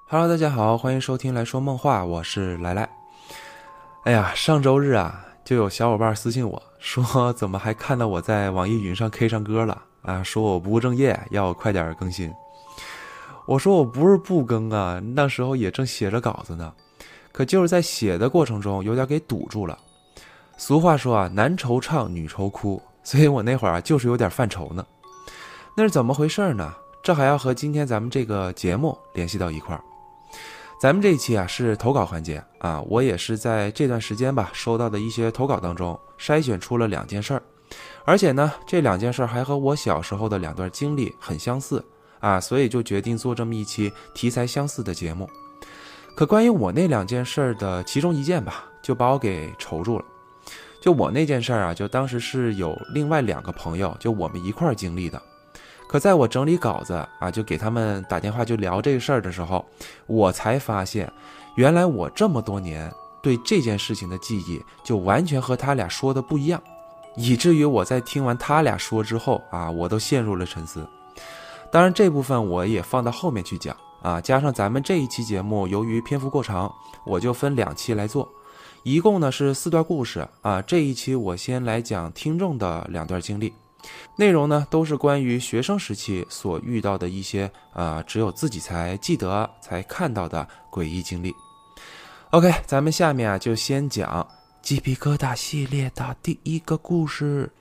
Hello，大家好，欢迎收听来说梦话，我是来来。哎呀，上周日啊，就有小伙伴私信我说，怎么还看到我在网易云上 K 上歌了啊？说我不务正业，要我快点更新。我说我不是不更啊，那时候也正写着稿子呢，可就是在写的过程中有点给堵住了。俗话说啊，男惆怅女愁哭，所以我那会儿啊就是有点犯愁呢。那是怎么回事呢？这还要和今天咱们这个节目联系到一块儿。咱们这一期啊是投稿环节啊，我也是在这段时间吧收到的一些投稿当中筛选出了2件事儿，而且呢这2件事儿还和我小时候的2段经历很相似啊，所以就决定做这么一期题材相似的节目。可关于我那2件事儿的其中一件吧，就把我给愁住了。就我那件事儿啊，就当时是有另外2个朋友，就我们一块儿经历的。可在我整理稿子啊，就给他们打电话就聊这个事儿的时候，我才发现，原来我这么多年对这件事情的记忆就完全和他俩说的不一样，以至于我在听完他俩说之后啊，我都陷入了沉思。当然这部分我也放到后面去讲啊，加上咱们这一期节目由于篇幅过长，我就分2期来做，一共呢是4段故事啊。这一期我先来讲听众的2段经历。内容呢都是关于学生时期所遇到的一些只有自己才记得才看到的诡异经历。 OK， 咱们下面啊就先讲鸡皮疙瘩系列的第1个故事。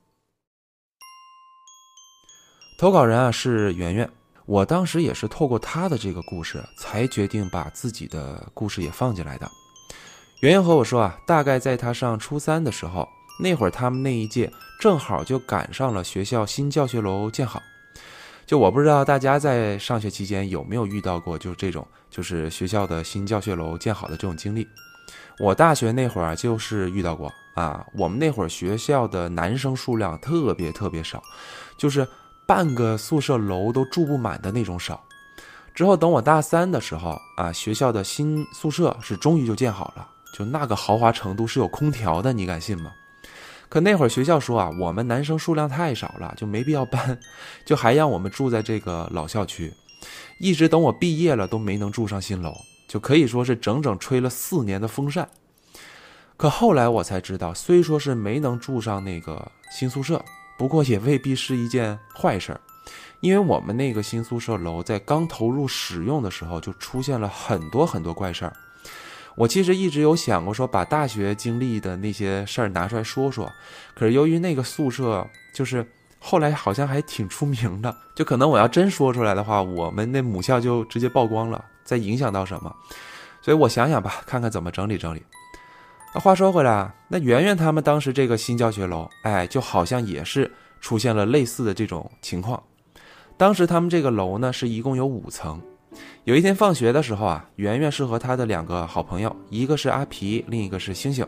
投稿人啊是圆圆，我当时也是透过他的这个故事才决定把自己的故事也放进来的。圆圆和我说啊，大概在他上初3的时候，那会儿他们那一届正好就赶上了学校新教学楼建好。就我不知道大家在上学期间有没有遇到过就这种就是学校的新教学楼建好的这种经历。我大学那会儿就是遇到过啊，我们那会儿学校的男生数量特别少，就是半个宿舍楼都住不满的那种少。之后等我大3的时候啊，学校的新宿舍是终于就建好了，就那个豪华程度是有空调的，你敢信吗？可那会儿学校说啊，我们男生数量太少了，就没必要搬，就还让我们住在这个老校区，一直等我毕业了都没能住上新楼，就可以说是整整吹了4年的风扇。可后来我才知道，虽说是没能住上那个新宿舍，不过也未必是一件坏事，因为我们那个新宿舍楼在刚投入使用的时候就出现了很多怪事儿。我其实一直有想过说把大学经历的那些事儿拿出来说说，可是由于那个宿舍就是后来好像还挺出名的，就可能我要真说出来的话，我们那母校就直接曝光了，再影响到什么，所以我想想吧，看看怎么整理整理。那话说回来，那圆圆他们当时这个新教学楼，就好像也是出现了类似的这种情况。当时他们这个楼呢是一共有5层。有一天放学的时候啊，圆圆是和他的2个好朋友，一个是阿皮，另一个是星星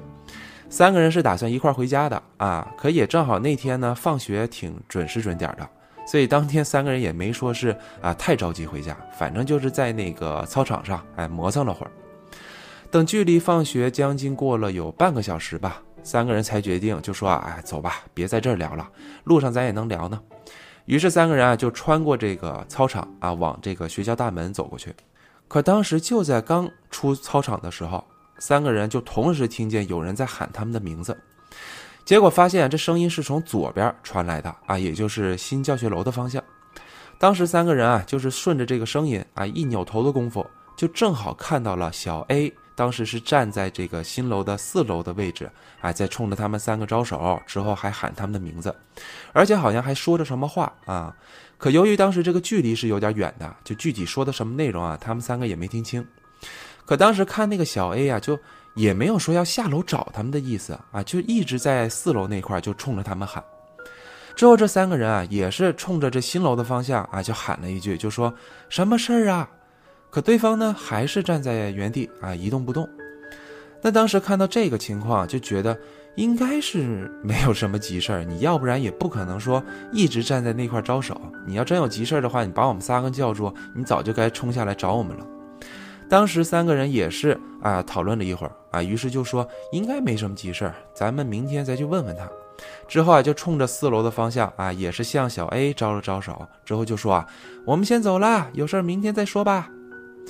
，3个人是打算一块回家的啊。可也正好那天呢放学挺准时准点的，所以当天3个人也没说是太着急回家，反正就是在那个操场上磨蹭了会儿。等距离放学将近过了有半个小时吧，3个人才决定就说走吧，别在这儿聊了，路上咱也能聊呢。于是3个人就穿过这个操场往这个学校大门走过去。可当时就在刚出操场的时候，3个人就同时听见有人在喊他们的名字。结果发现这声音是从左边传来的也就是新教学楼的方向。当时3个人就是顺着这个声音一扭头的功夫，就正好看到了小 A当时是站在这个新楼的4楼的位置在冲着他们3个招手，之后还喊他们的名字，而且好像还说着什么话可由于当时这个距离是有点远的，就具体说的什么内容他们3个也没听清。可当时看那个小 A 就也没有说要下楼找他们的意思就一直在4楼那块就冲着他们喊。之后这3个人也是冲着这新楼的方向就喊了一句，就说什么事儿啊？可对方呢还是站在原地一动不动。那当时看到这个情况，就觉得应该是没有什么急事儿，你要不然也不可能说一直站在那块招手，你要真有急事的话，你把我们3个叫住，你早就该冲下来找我们了。当时3个人也是讨论了一会儿于是就说应该没什么急事，咱们明天再去问问他。之后就冲着4楼的方向也是向小 A 招了招手，之后就说我们先走了，有事明天再说吧。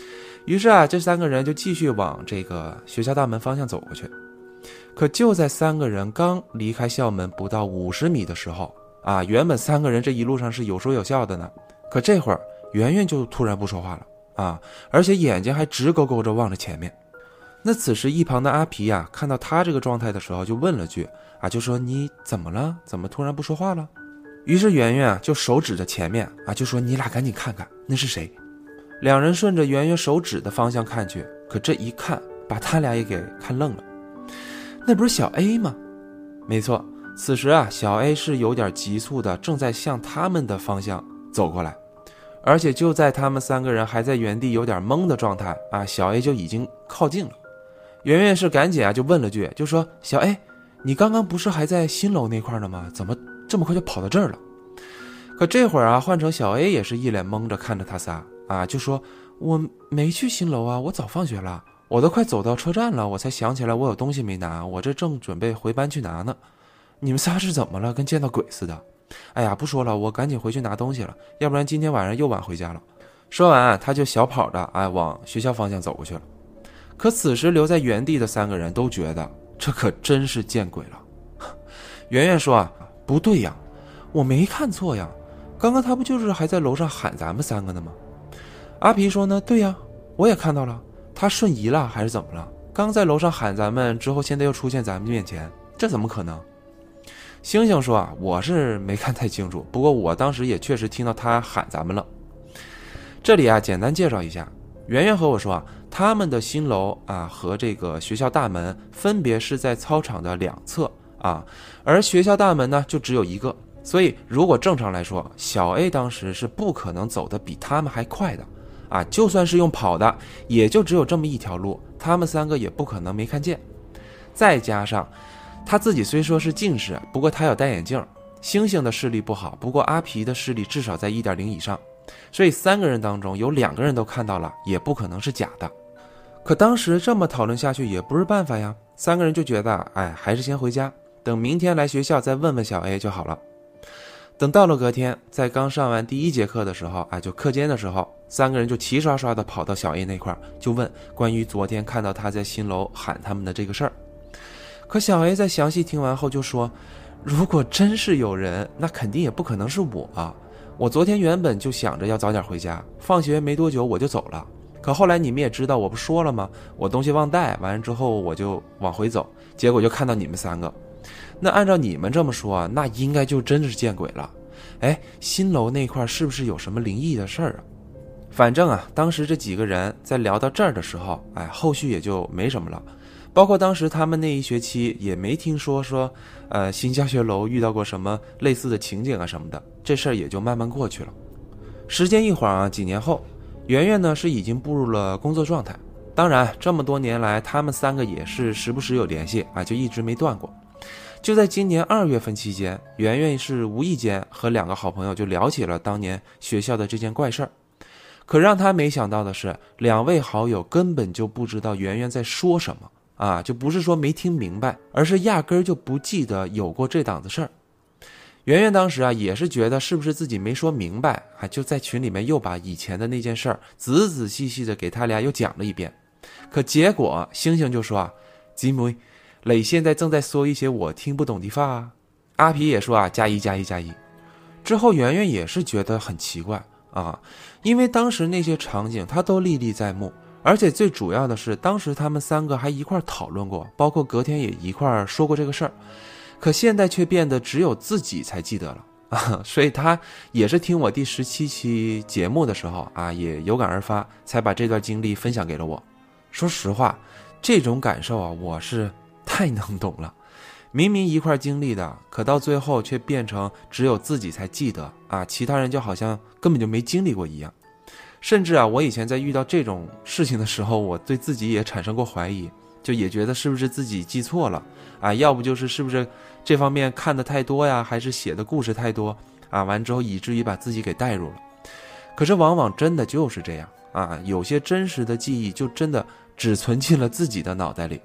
于是啊，这3个人就继续往这个学校大门方向走过去。可就在3个人刚离开校门不到50米的时候啊，原本3个人这一路上是有说有笑的呢，可这会儿圆圆就突然不说话了啊，而且眼睛还直勾勾着望着前面。那此时一旁的阿皮啊，看到他这个状态的时候，就问了句啊，就说你怎么了？怎么突然不说话了？于是圆圆啊就手指着前面啊，就说你俩赶紧看看那是谁。2人顺着圆圆手指的方向看去，可这一看把他俩也给看愣了。那不是小 A 吗？没错，此时啊小 A 是有点急促的正在向他们的方向走过来，而且就在他们3个人还在原地有点懵的状态啊，小 A 就已经靠近了。圆圆是赶紧啊就问了句，就说小 A 你刚刚不是还在新楼那块呢吗？怎么这么快就跑到这儿了？可这会儿啊换成小 A 也是一脸懵着看着他仨啊，就说我没去新楼啊，我早放学了，我都快走到车站了，我才想起来我有东西没拿，我这正准备回班去拿呢。你们仨是怎么了？跟见到鬼似的。哎呀不说了，我赶紧回去拿东西了，要不然今天晚上又晚回家了。说完啊他就小跑的往学校方向走过去了。可此时留在原地的3个人都觉得这可真是见鬼了。圆圆说啊，不对呀，我没看错呀，刚刚他不就是还在楼上喊咱们3个呢吗？阿皮说呢，对呀，我也看到了，他瞬移了还是怎么了？刚在楼上喊咱们之后，现在又出现咱们面前，这怎么可能？星星说啊，我是没看太清楚，不过我当时也确实听到他喊咱们了。这里啊简单介绍一下，圆圆和我说啊，他们的新楼啊和这个学校大门分别是在操场的2侧啊，而学校大门呢就只有一个，所以如果正常来说，小 A 当时是不可能走得比他们还快的啊，就算是用跑的，也就只有这么一条路，他们3个也不可能没看见。再加上他自己虽说是近视，不过他有戴眼镜，星星的视力不好，不过阿皮的视力至少在 1.0 以上，所以3个人当中有2个人都看到了，也不可能是假的。可当时这么讨论下去也不是办法呀，3个人就觉得还是先回家，等明天来学校再问问小 A 就好了。等到了隔天，在刚上完第1节课的时候就课间的时候，3个人就齐刷刷的跑到小 A 那块，就问关于昨天看到他在新楼喊他们的这个事儿。可小 A 在详细听完后就说，如果真是有人，那肯定也不可能是我啊，我昨天原本就想着要早点回家，放学没多久我就走了，可后来你们也知道，我不说了吗？我东西忘带，完了之后我就往回走，结果就看到你们3个。那按照你们这么说那应该就真的是见鬼了。新楼那块是不是有什么灵异的事儿啊？反正当时这几个人在聊到这儿的时候后续也就没什么了，包括当时他们那一学期也没听说新教学楼遇到过什么类似的情景什么的，这事儿也就慢慢过去了。时间一晃几年后，圆圆呢是已经步入了工作状态，当然这么多年来他们3个也是时不时有联系就一直没断过。就在今年2月份期间，圆圆是无意间和2个好朋友就聊起了当年学校的这件怪事儿。可让他没想到的是，2位好友根本就不知道圆圆在说什么就不是说没听明白，而是压根儿就不记得有过这档子事儿。圆圆当时也是觉得是不是自己没说明白就在群里面又把以前的那件事儿仔仔细细的给他俩又讲了一遍。可结果星星就说姊妹，磊现在正在说一些我听不懂的话阿皮也说加一加一加一。之后圆圆也是觉得很奇怪因为当时那些场景他都历历在目，而且最主要的是当时他们3个还一块讨论过，包括隔天也一块说过这个事儿，可现在却变得只有自己才记得了所以他也是听我第17期节目的时候也有感而发，才把这段经历分享给了我。说实话，这种感受我是太能懂了，明明一块经历的，可到最后却变成只有自己才记得其他人就好像根本就没经历过一样。甚至我以前在遇到这种事情的时候，我对自己也产生过怀疑，就也觉得是不是自己记错了要不就是是不是这方面看的太多呀，还是写的故事太多完之后以至于把自己给带入了。可是往往真的就是这样有些真实的记忆就真的只存进了自己的脑袋里。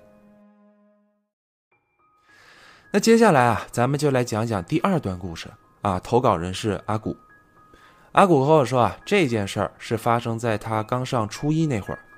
那接下来咱们就来讲讲第2段故事投稿人是阿古。阿古和我说这件事儿是发生在他刚上初1那会儿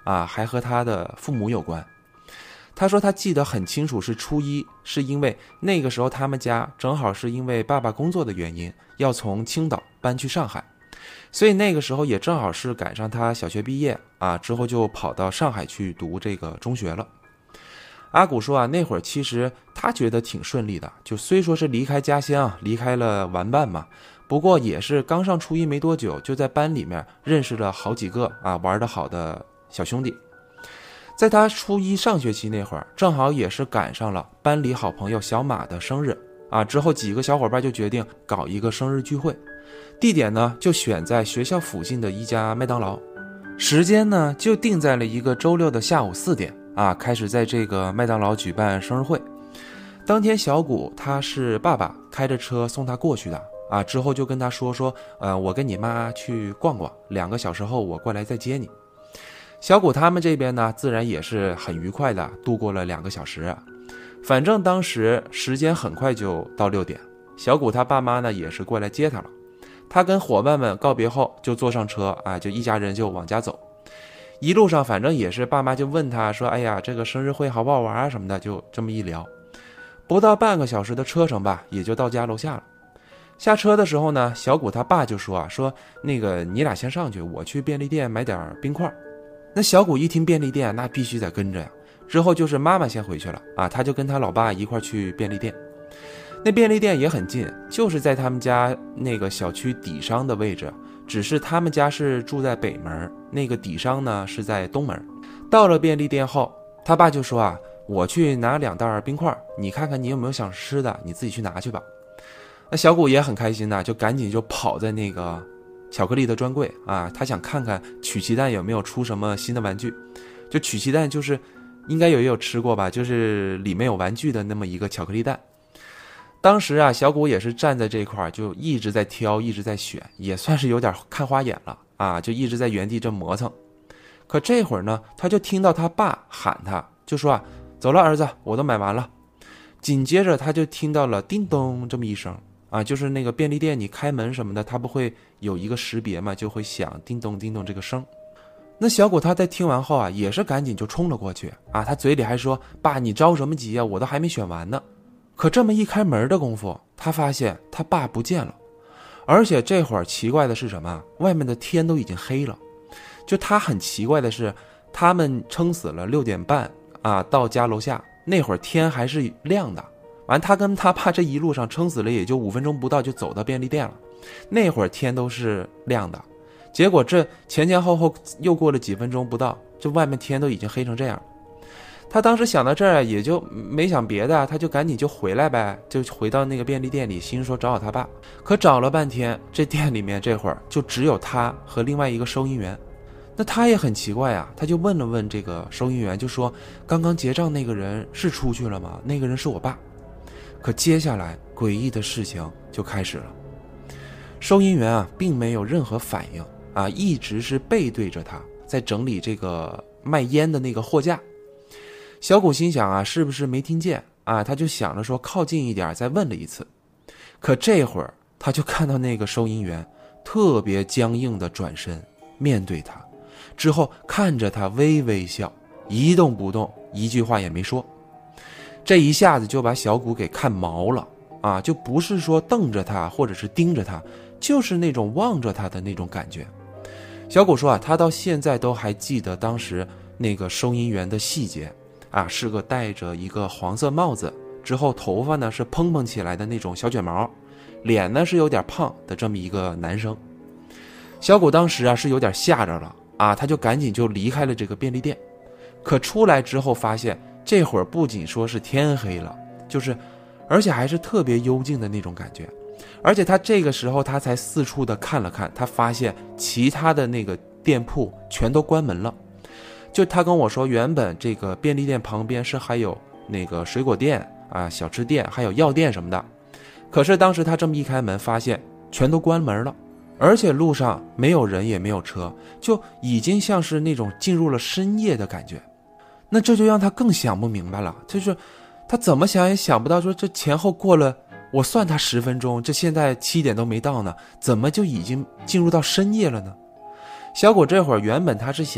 还和他的父母有关。他说他记得很清楚，是初一，是因为那个时候他们家正好是因为爸爸工作的原因要从青岛搬去上海，所以那个时候也正好是赶上他小学毕业之后就跑到上海去读这个中学了。阿古说那会儿其实他觉得挺顺利的，就虽说是离开家乡，离开了玩伴嘛，不过也是刚上初一没多久，就在班里面认识了好几个玩得好的小兄弟。在他初一上学期那会儿，正好也是赶上了班里好朋友小马的生日之后几个小伙伴就决定搞一个生日聚会，地点呢就选在学校附近的一家麦当劳，时间呢就定在了一个周六的下午4点开始在这个麦当劳举办生日会。当天小谷他是爸爸开着车送他过去的之后就跟他说我跟你妈去逛逛，2个小时后我过来再接你。小谷他们这边呢自然也是很愉快的度过了2个小时反正当时时间很快就到6点，小谷他爸妈呢也是过来接他了。他跟伙伴们告别后就坐上车就一家人就往家走。一路上反正也是爸妈就问他说哎呀这个生日会好不好玩什么的，就这么一聊，不到半个小时的车程吧，也就到家楼下了。下车的时候呢，小谷他爸就说那个你俩先上去，我去便利店买点冰块。那小谷一听便利店，那必须得跟着呀。之后就是妈妈先回去了他就跟他老爸一块去便利店。那便利店也很近，就是在他们家那个小区底商的位置，只是他们家是住在北门，那个底商呢是在东门。到了便利店后，他爸就说我去拿2袋冰块，你看看你有没有想吃的，你自己去拿去吧。那小谷也很开心就赶紧就跑在那个巧克力的专柜他想看看曲奇蛋有没有出什么新的玩具。就曲奇蛋就是应该也有吃过吧，就是里面有玩具的那么一个巧克力蛋。当时小谷也是站在这一块就一直在挑，一直在选，也算是有点看花眼了就一直在原地这磨蹭。可这会儿呢，他就听到他爸喊他，就说走了儿子，我都买完了。紧接着他就听到了叮咚这么一声就是那个便利店你开门什么的，它不会有一个识别嘛，就会响叮咚叮咚这个声。那小谷他在听完后也是赶紧就冲了过去他嘴里还说爸你着什么急我都还没选完呢。可这么一开门的功夫，他发现他爸不见了。而且这会儿奇怪的是什么，外面的天都已经黑了。就他很奇怪的是，他们撑死了6点半到家楼下，那会儿天还是亮的。完他跟他爸这一路上撑死了也就5分钟不到就走到便利店了，那会儿天都是亮的。结果这前后又过了几分钟不到，这外面天都已经黑成这样。他当时想到这儿也就没想别的，他就赶紧就回来呗，就回到那个便利店里，心说找找他爸。可找了半天，这店里面这会儿就只有他和另外一个收银员。那他也很奇怪他就问了问这个收银员，就说刚刚结账那个人是出去了吗？那个人是我爸。可接下来诡异的事情就开始了。收银员并没有任何反应一直是背对着他，在整理这个卖烟的那个货架。小谷心想是不是没听见他就想着说靠近一点再问了一次。可这会儿他就看到那个收银员特别僵硬的转身面对他，之后看着他微微笑，一动不动，一句话也没说。这一下子就把小谷给看毛了就不是说瞪着他或者是盯着他，就是那种望着他的那种感觉。小谷说他到现在都还记得当时那个收银员的细节是个戴着一个黄色帽子，之后头发呢是蓬蓬起来的那种小卷毛，脸呢是有点胖的这么一个男生。小谷当时是有点吓着了他就赶紧就离开了这个便利店。可出来之后发现这会儿不仅说是天黑了，而且还是特别幽静的那种感觉。而且他这个时候他才四处的看了看，他发现其他的那个店铺全都关门了。就他跟我说原本这个便利店旁边是还有那个水果店小吃店还有药店什么的，可是当时他这么一开门发现全都关门了，而且路上没有人也没有车，就已经像是那种进入了深夜的感觉。那这就让他更想不明白了，就是他怎么想也想不到说这前后过了，我算他10分钟，这现在7点都没到呢，怎么就已经进入到深夜了呢？小果这会儿原本他是想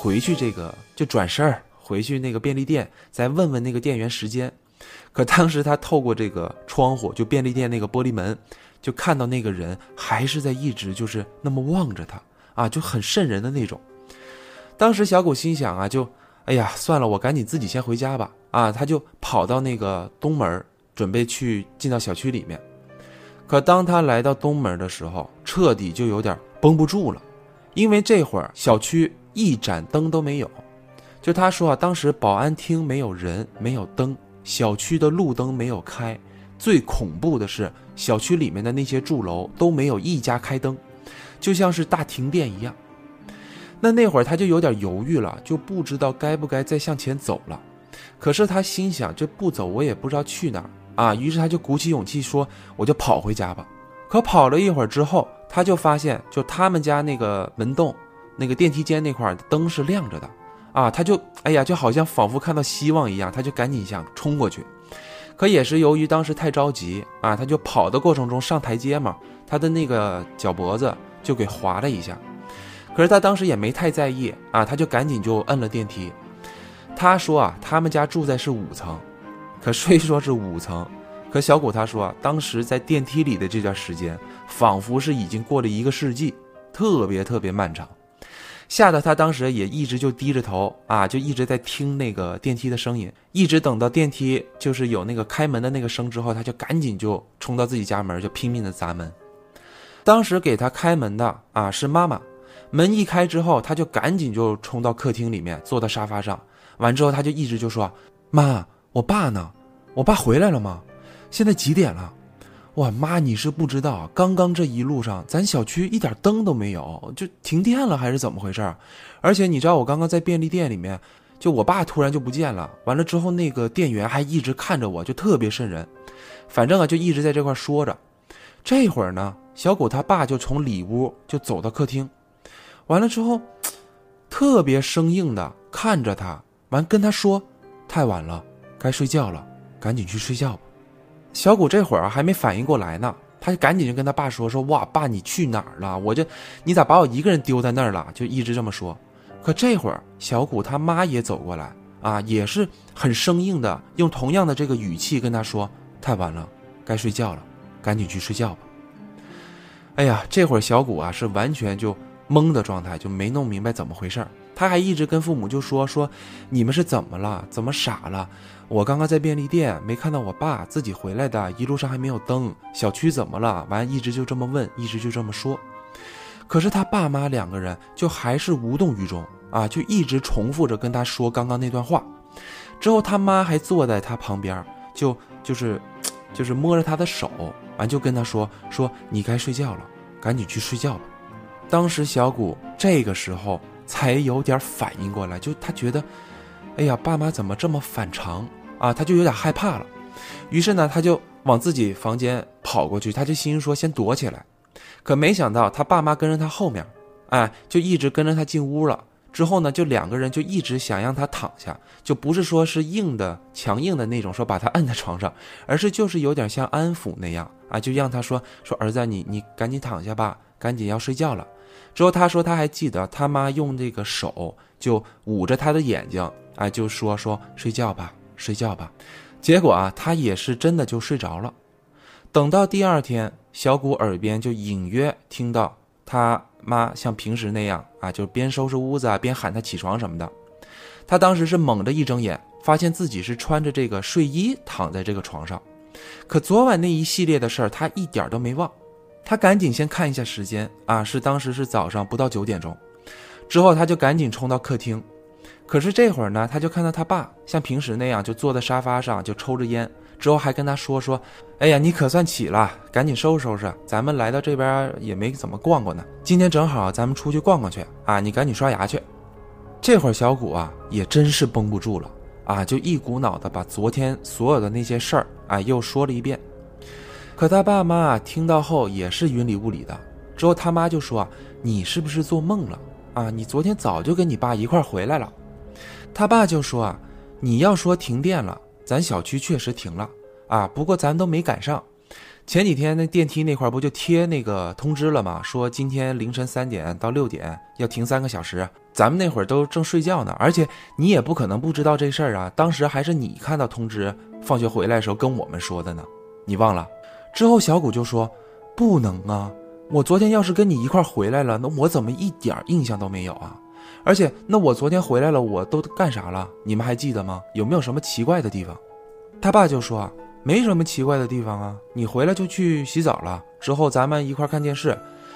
回去就转身回去那个便利店，再问问那个店员时间。可当时他透过这个窗户，就便利店那个玻璃门，就看到那个人还是在一直就是那么望着他啊，就很瘆人的那种。当时小谷心想啊，哎呀算了，我赶紧自己先回家吧啊，他就跑到那个东门，准备去进到小区里面。可当他来到东门的时候，彻底就有点绷不住了，因为这会儿小区一盏灯都没有。就他说啊，当时保安厅没有人，没有灯，小区的路灯没有开，最恐怖的是小区里面的那些住楼都没有一家开灯，就像是大停电一样。那会儿他就有点犹豫了，就不知道该不该再向前走了。可是他心想，这不走我也不知道去哪儿啊，于是他就鼓起勇气说，我就跑回家吧。可跑了一会儿之后，他就发现就他们家那个门洞那个电梯间那块灯是亮着的啊，他就就好像仿佛看到希望一样，他就赶紧想冲过去。可也是由于当时太着急啊，他就跑的过程中上台阶嘛，他的那个脚脖子就给滑了一下。可是他当时也没太在意啊，他就赶紧就摁了电梯。他说啊，他们家住在是5层，可虽说是5层，可小谷他说啊，当时在电梯里的这段时间，仿佛是已经过了1个世纪，特别特别漫长。吓得他当时也一直就低着头啊，就一直在听那个电梯的声音，一直等到电梯就是有那个开门的那个声之后，他就赶紧就冲到自己家门，就拼命的砸门。当时给他开门的啊是妈妈，门一开之后，他就赶紧就冲到客厅里面，坐到沙发上。完之后，他就一直就说：“妈，我爸呢？我爸回来了吗？现在几点了？哇，妈，你是不知道，刚刚这一路上，咱小区一点灯都没有，就停电了还是怎么回事？而且你知道，我刚刚在便利店里面，就我爸突然就不见了。完了之后，那个店员还一直看着我，就特别瘆人。反正啊，就一直在这块说着。这会儿呢，小谷他爸就从里屋就走到客厅。”完了之后，特别生硬的看着他，完跟他说：“太晚了，该睡觉了，赶紧去睡觉吧。”小谷这会儿还没反应过来呢，他就赶紧就跟他爸说：“哇，爸，你去哪儿了？你咋把我一个人丢在那儿了？”就一直这么说。可这会儿小谷他妈也走过来啊，也是很生硬的用同样的这个语气跟他说：“太晚了，该睡觉了，赶紧去睡觉吧。”哎呀，这会儿小谷啊是完全就懵的状态，就没弄明白怎么回事。他还一直跟父母就说你们是怎么了？怎么傻了？我刚刚在便利店没看到我爸，自己回来的，一路上还没有灯，小区怎么了？完一直就这么问，一直就这么说。可是他爸妈2个人就还是无动于衷啊，就一直重复着跟他说刚刚那段话。之后他妈还坐在他旁边，就是摸着他的手，完就跟他说你该睡觉了，赶紧去睡觉吧。当时小谷这个时候才有点反应过来，就他觉得哎呀，爸妈怎么这么反常啊，他就有点害怕了。于是呢，他就往自己房间跑过去，他就心说先躲起来。可没想到他爸妈跟着他后面就一直跟着他进屋了。之后呢，就2个人就一直想让他躺下，就不是说是强硬的那种说把他摁在床上，而是就是有点像安抚那样就让他说儿子，你赶紧躺下吧，赶紧要睡觉了。之后他说他还记得他妈用这个手就捂着他的眼睛就说睡觉吧睡觉吧。结果他也是真的就睡着了。等到第2天，小谷耳边就隐约听到他妈像平时那样就边收拾屋子边喊他起床什么的。他当时是猛地一睁眼，发现自己是穿着这个睡衣躺在这个床上。可昨晚那一系列的事儿他一点都没忘。他赶紧先看一下时间是当时是早上不到9点钟。之后他就赶紧冲到客厅。可是这会儿呢，他就看到他爸像平时那样就坐在沙发上就抽着烟，之后还跟他说哎呀，你可算起了，赶紧收拾收拾，咱们来到这边也没怎么逛过呢，今天正好咱们出去逛逛去你赶紧刷牙去。这会儿小谷也真是绷不住了就一股脑的把昨天所有的那些事儿又说了一遍。可他爸妈听到后也是云里雾里的。之后他妈就说你是不是做梦了你昨天早就跟你爸一块回来了。他爸就说你要说停电了，咱小区确实停了不过咱都没赶上。 前几天那电梯那块不就贴那个通知了吗？说今天凌晨3点到6点要停3个小时，咱们那会儿都正睡觉呢，而且你也不可能不知道这事儿啊，当时还是你看到通知放学回来的时候跟我们说的呢，你忘了？之后小谷就说不能啊，我昨天要是跟你一块回来了，那我怎么一点印象都没有啊？而且那我昨天回来了我都干啥了？你们还记得吗？有没有什么奇怪的地方？他爸就说啊，没什么奇怪的地方啊，你回来就去洗澡了，之后咱们一块看电视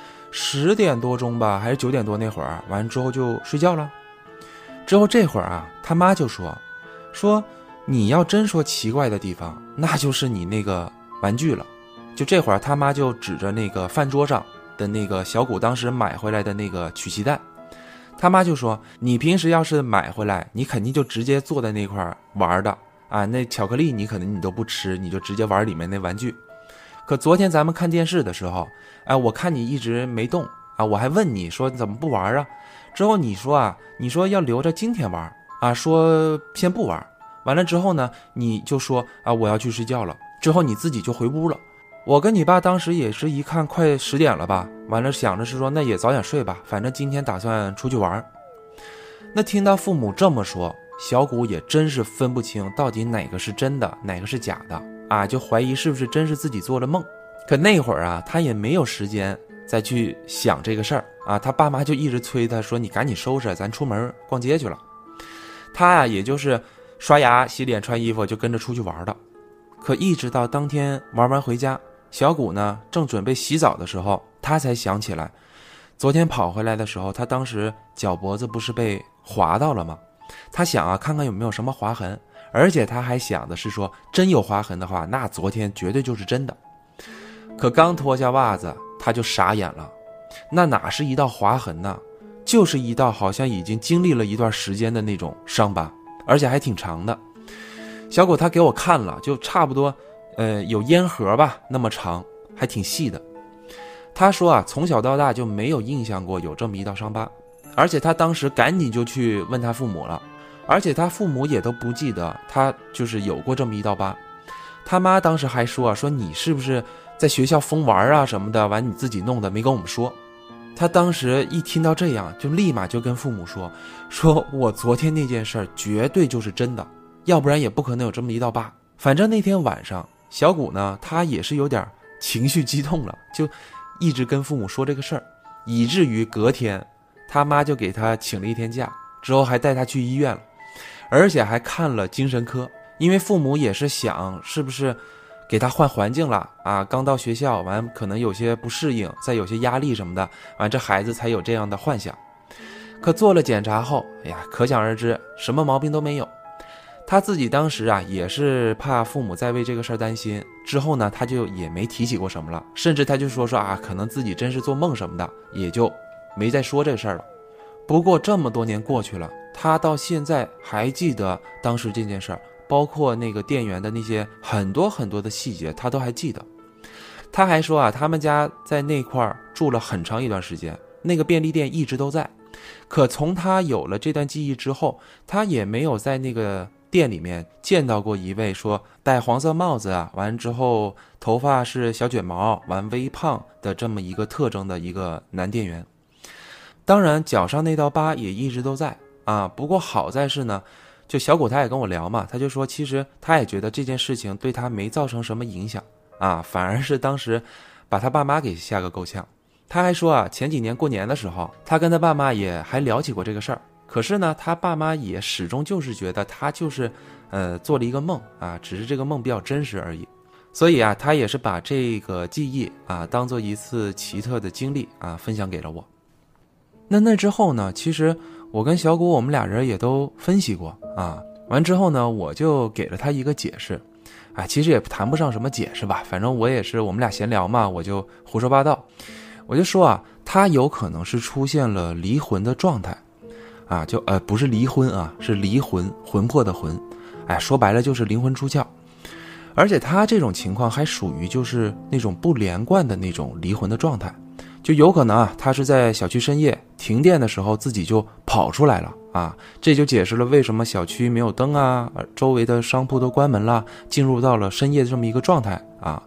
，10点多钟吧，还是9点多那会儿，完之后就睡觉了。之后这会儿啊，他妈就说你要真说奇怪的地方，那就是你那个玩具了。就这会儿他妈就指着那个饭桌上的那个小谷当时买回来的那个曲奇蛋，他妈就说你平时要是买回来，你肯定就直接坐在那块玩的啊，那巧克力你可能你都不吃，你就直接玩里面那玩具。可昨天咱们看电视的时候，我看你一直没动啊，我还问你说怎么不玩啊？之后你说要留着今天玩啊，说先不玩。完了之后呢，你就说我要去睡觉了。之后你自己就回屋了。我跟你爸当时也是一看快10点了吧，完了想着是说那也早点睡吧，反正今天打算出去玩。那听到父母这么说，小谷也真是分不清到底哪个是真的哪个是假的啊，就怀疑是不是真是自己做了梦。可那会儿啊，他也没有时间再去想这个事儿啊，他爸妈就一直催他说你赶紧收拾，咱出门逛街去了。他啊也就是刷牙洗脸穿衣服就跟着出去玩了。可一直到当天玩完回家，小谷呢正准备洗澡的时候，他才想起来昨天跑回来的时候，他当时脚脖子不是被划到了吗？他想啊看看有没有什么划痕，而且他还想的是说真有划痕的话，那昨天绝对就是真的。可刚脱下袜子他就傻眼了，那哪是一道划痕呢，就是一道好像已经经历了一段时间的那种伤疤，而且还挺长的。小谷他给我看了，就差不多有烟盒吧那么长，还挺细的。他说啊从小到大就没有印象过有这么一道伤疤，而且他当时赶紧就去问他父母了，而且他父母也都不记得他就是有过这么一道疤。他妈当时还说说你是不是在学校疯玩啊什么的，完你自己弄的没跟我们说。他当时一听到这样，就立马就跟父母说我昨天那件事儿绝对就是真的，要不然也不可能有这么一道疤。反正那天晚上小谷呢他也是有点情绪激动了，就一直跟父母说这个事儿，以至于隔天他妈就给他请了1天假，之后还带他去医院了，而且还看了精神科。因为父母也是想是不是给他换环境了啊，刚到学校完可能有些不适应，再有些压力什么的，完这孩子才有这样的幻想。可做了检查后，可想而知什么毛病都没有。他自己当时啊也是怕父母再为这个事儿担心，之后呢他就也没提起过什么了，甚至他就说可能自己真是做梦什么的，也就没再说这个事儿了。不过这么多年过去了，他到现在还记得当时这件事儿，包括那个店员的那些很多很多的细节他都还记得。他还说他们家在那块住了很长一段时间，那个便利店一直都在。可从他有了这段记忆之后，他也没有在那个店里面见到过一位说戴黄色帽子完之后头发是小卷毛完微胖的这么一个特征的一个男店员。当然脚上那道疤也一直都在不过好在是呢，就小谷他也跟我聊嘛，他就说其实他也觉得这件事情对他没造成什么影响反而是当时把他爸妈给吓个够呛。他还说前几年过年的时候，他跟他爸妈也还聊起过这个事儿，可是呢他爸妈也始终就是觉得他就是做了一个梦只是这个梦比较真实而已。所以他也是把这个记忆当做一次奇特的经历分享给了我。那之后呢，其实我跟小谷我们俩人也都分析过完之后呢我就给了他一个解释其实也谈不上什么解释吧，反正我也是我们俩闲聊嘛，我就胡说八道。我就说他有可能是出现了离魂的状态就不是离婚是离魂，魂魄的魂说白了就是灵魂出窍。而且他这种情况还属于就是那种不连贯的那种离魂的状态，就有可能他是在小区深夜停电的时候自己就跑出来了这就解释了为什么小区没有灯周围的商铺都关门了，进入到了深夜这么一个状态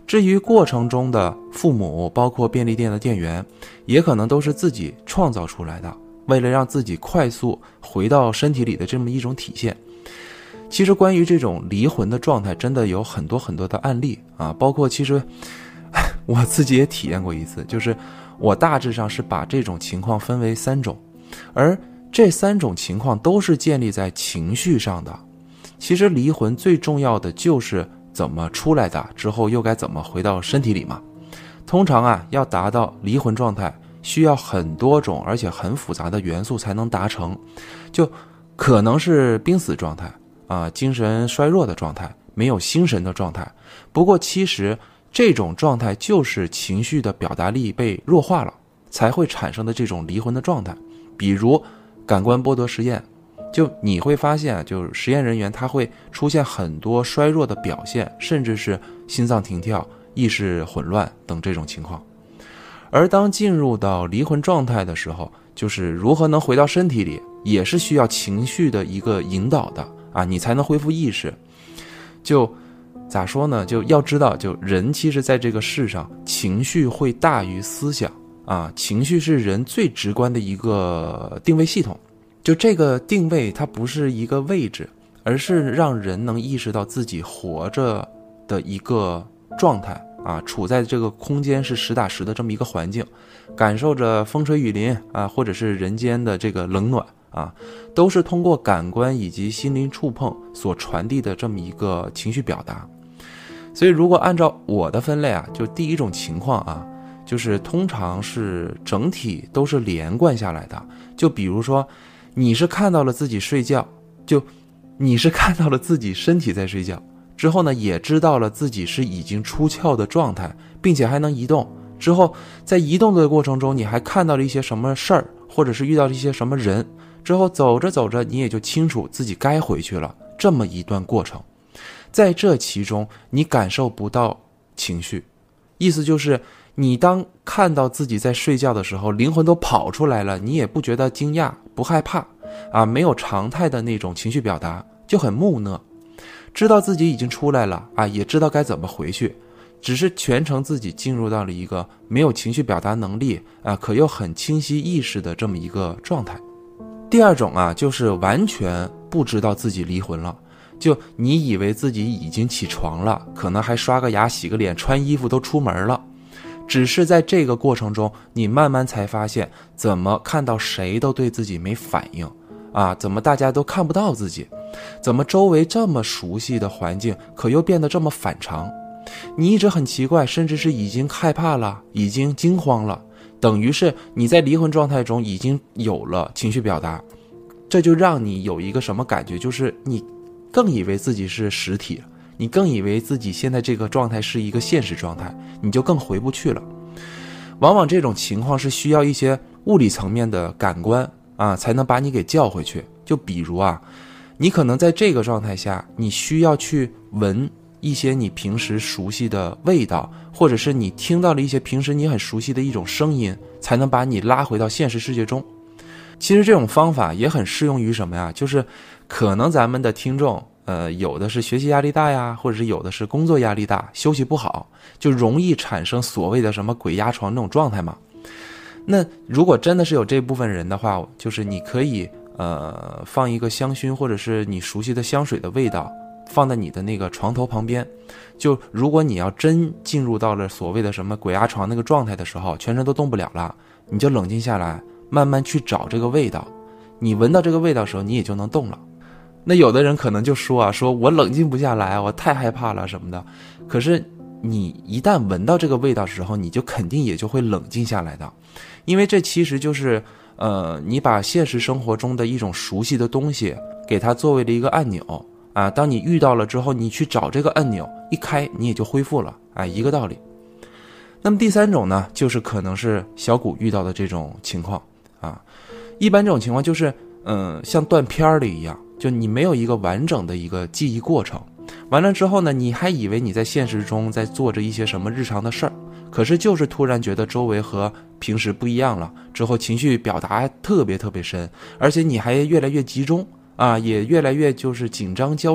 至于过程中的父母，包括便利店的店员，也可能都是自己创造出来的，为了让自己快速回到身体里的这么一种体现。其实关于这种离魂的状态真的有很多很多的案例啊，包括其实我自己也体验过一次，就是我大致上是把这种情况分为3种，而这3种情况都是建立在情绪上的。其实离魂最重要的就是怎么出来的，之后又该怎么回到身体里嘛。通常啊，要达到离魂状态，需要很多种而且很复杂的元素才能达成，就可能是濒死状态啊，精神衰弱的状态，没有心神的状态。不过其实这种状态就是情绪的表达力被弱化了，才会产生的这种离魂的状态。比如感官剥夺实验，就你会发现，就是实验人员他会出现很多衰弱的表现，甚至是心脏停跳、意识混乱等这种情况。而当进入到离魂状态的时候，就是如何能回到身体里，也是需要情绪的一个引导的啊，你才能恢复意识。就咋说呢，就要知道，就人其实在这个世上，情绪会大于思想啊，情绪是人最直观的一个定位系统。就这个定位它不是一个位置，而是让人能意识到自己活着的一个状态啊，处在这个空间是实打实的这么一个环境，感受着风吹雨淋啊，或者是人间的这个冷暖啊，都是通过感官以及心灵触碰所传递的这么一个情绪表达。所以如果按照我的分类啊，就第一种情况啊，就是通常是整体都是连贯下来的。就比如说你是看到了自己睡觉，就你是看到了自己身体在睡觉之后呢，也知道了自己是已经出窍的状态，并且还能移动。之后在移动的过程中，你还看到了一些什么事儿，或者是遇到了一些什么人，之后走着走着你也就清楚自己该回去了，这么一段过程。在这其中你感受不到情绪，意思就是你当看到自己在睡觉的时候，灵魂都跑出来了，你也不觉得惊讶，不害怕啊，没有常态的那种情绪表达，就很木讷，知道自己已经出来了啊，也知道该怎么回去，只是全程自己进入到了一个没有情绪表达能力啊，可又很清晰意识的这么一个状态。第二种啊，就是完全不知道自己离魂了，就你以为自己已经起床了，可能还刷个牙洗个脸穿衣服都出门了，只是在这个过程中你慢慢才发现，怎么看到谁都对自己没反应啊，怎么大家都看不到自己，怎么周围这么熟悉的环境可又变得这么反常。你一直很奇怪，甚至是已经害怕了，已经惊慌了，等于是你在离魂状态中已经有了情绪表达，这就让你有一个什么感觉，就是你更以为自己是实体，你更以为自己现在这个状态是一个现实状态，你就更回不去了。往往这种情况是需要一些物理层面的感官啊，才能把你给叫回去。就比如啊，你可能在这个状态下，你需要去闻一些你平时熟悉的味道，或者是你听到了一些平时你很熟悉的一种声音，才能把你拉回到现实世界中。其实这种方法也很适用于什么呀？就是可能咱们的听众有的是学习压力大呀，或者是有的是工作压力大，休息不好，就容易产生所谓的什么鬼压床那种状态嘛。那如果真的是有这部分人的话，就是你可以放一个香薰或者是你熟悉的香水的味道放在你的那个床头旁边，就如果你要真进入到了所谓的什么鬼压床那个状态的时候，全身都动不了了，你就冷静下来，慢慢去找这个味道，你闻到这个味道的时候，你也就能动了。那有的人可能就说我冷静不下来，我太害怕了什么的。可是你一旦闻到这个味道的时候，你就肯定也就会冷静下来的，因为这其实就是你把现实生活中的一种熟悉的东西给它作为了一个按钮啊，当你遇到了之后，你去找这个按钮一开，你也就恢复了啊，一个道理。那么第三种呢，就是可能是小谷遇到的这种情况啊。一般这种情况就是像断片的一样，就你没有一个完整的一个记忆过程，完了之后呢，你还以为你在现实中在做着一些什么日常的事儿，可是就是突然觉得周围和平时不一样了，之后情绪表达特别特别深，而且你还越来越集中啊，也越来越就是紧张焦虑，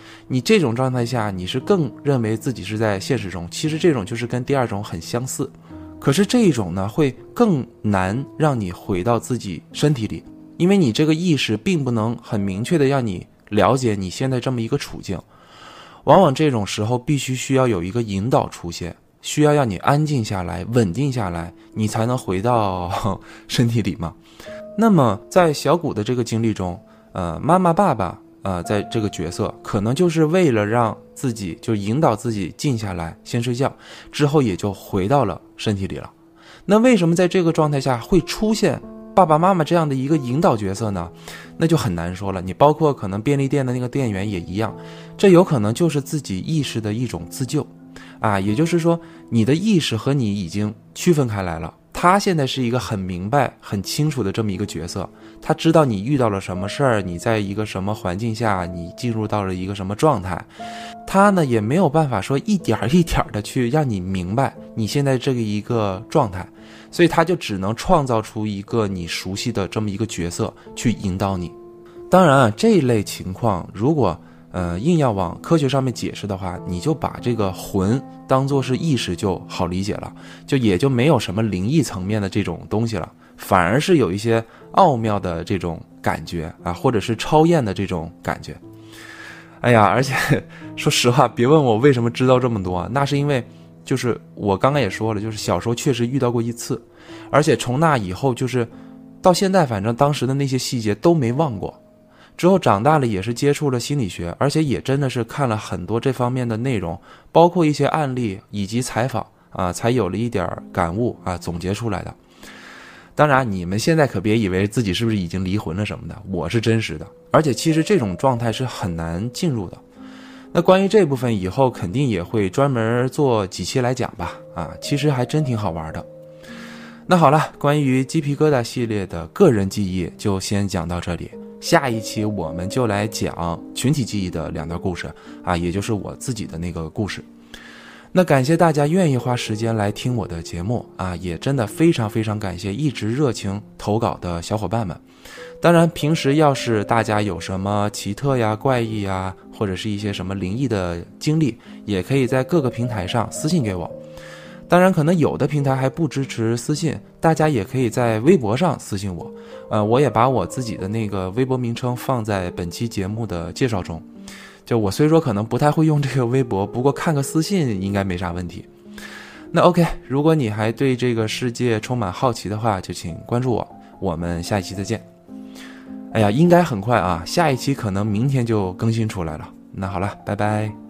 你这种状态下，你是更认为自己是在现实中，其实这种就是跟第二种很相似。可是这一种呢，会更难让你回到自己身体里，因为你这个意识并不能很明确的让你了解你现在这么一个处境。往往这种时候必须需要有一个引导出现，需要让你安静下来，稳定下来，你才能回到身体里嘛。那么在小谷的这个经历中，妈妈爸爸在这个角色可能就是为了让自己就引导自己静下来先睡觉，之后也就回到了身体里了。那为什么在这个状态下会出现爸爸妈妈这样的一个引导角色呢？那就很难说了。你包括可能便利店的那个店员也一样，这有可能就是自己意识的一种自救也就是说你的意识和你已经区分开来了，他现在是一个很明白很清楚的这么一个角色，他知道你遇到了什么事儿，你在一个什么环境下，你进入到了一个什么状态，他呢也没有办法说一点一点的去让你明白你现在这个一个状态，所以他就只能创造出一个你熟悉的这么一个角色去引导你。当然这一类情况如果硬要往科学上面解释的话，你就把这个魂当作是意识就好理解了，也就没有什么灵异层面的这种东西了，反而是有一些奥妙的这种感觉或者是超验的这种感觉。而且说实话，别问我为什么知道这么多那是因为就是我刚刚也说了，就是小时候确实遇到过一次，而且从那以后就是到现在反正当时的那些细节都没忘过。之后长大了也是接触了心理学，而且也真的是看了很多这方面的内容，包括一些案例以及采访才有了一点感悟总结出来的。当然你们现在可别以为自己是不是已经离魂了什么的，我是真实的，而且其实这种状态是很难进入的。那关于这部分以后肯定也会专门做几期来讲吧其实还真挺好玩的。那好了，关于鸡皮疙瘩系列的个人记忆就先讲到这里，下一期我们就来讲群体记忆的2段故事也就是我自己的那个故事。那感谢大家愿意花时间来听我的节目也真的非常非常感谢一直热情投稿的小伙伴们。当然平时要是大家有什么奇特怪异或者是一些什么灵异的经历，也可以在各个平台上私信给我。当然可能有的平台还不支持私信，大家也可以在微博上私信我我也把我自己的那个微博名称放在本期节目的介绍中。就我虽说可能不太会用这个微博，不过看个私信应该没啥问题。那 OK， 如果你还对这个世界充满好奇的话，就请关注我，我们下一期再见。应该很快下一期可能明天就更新出来了。那好了，拜拜。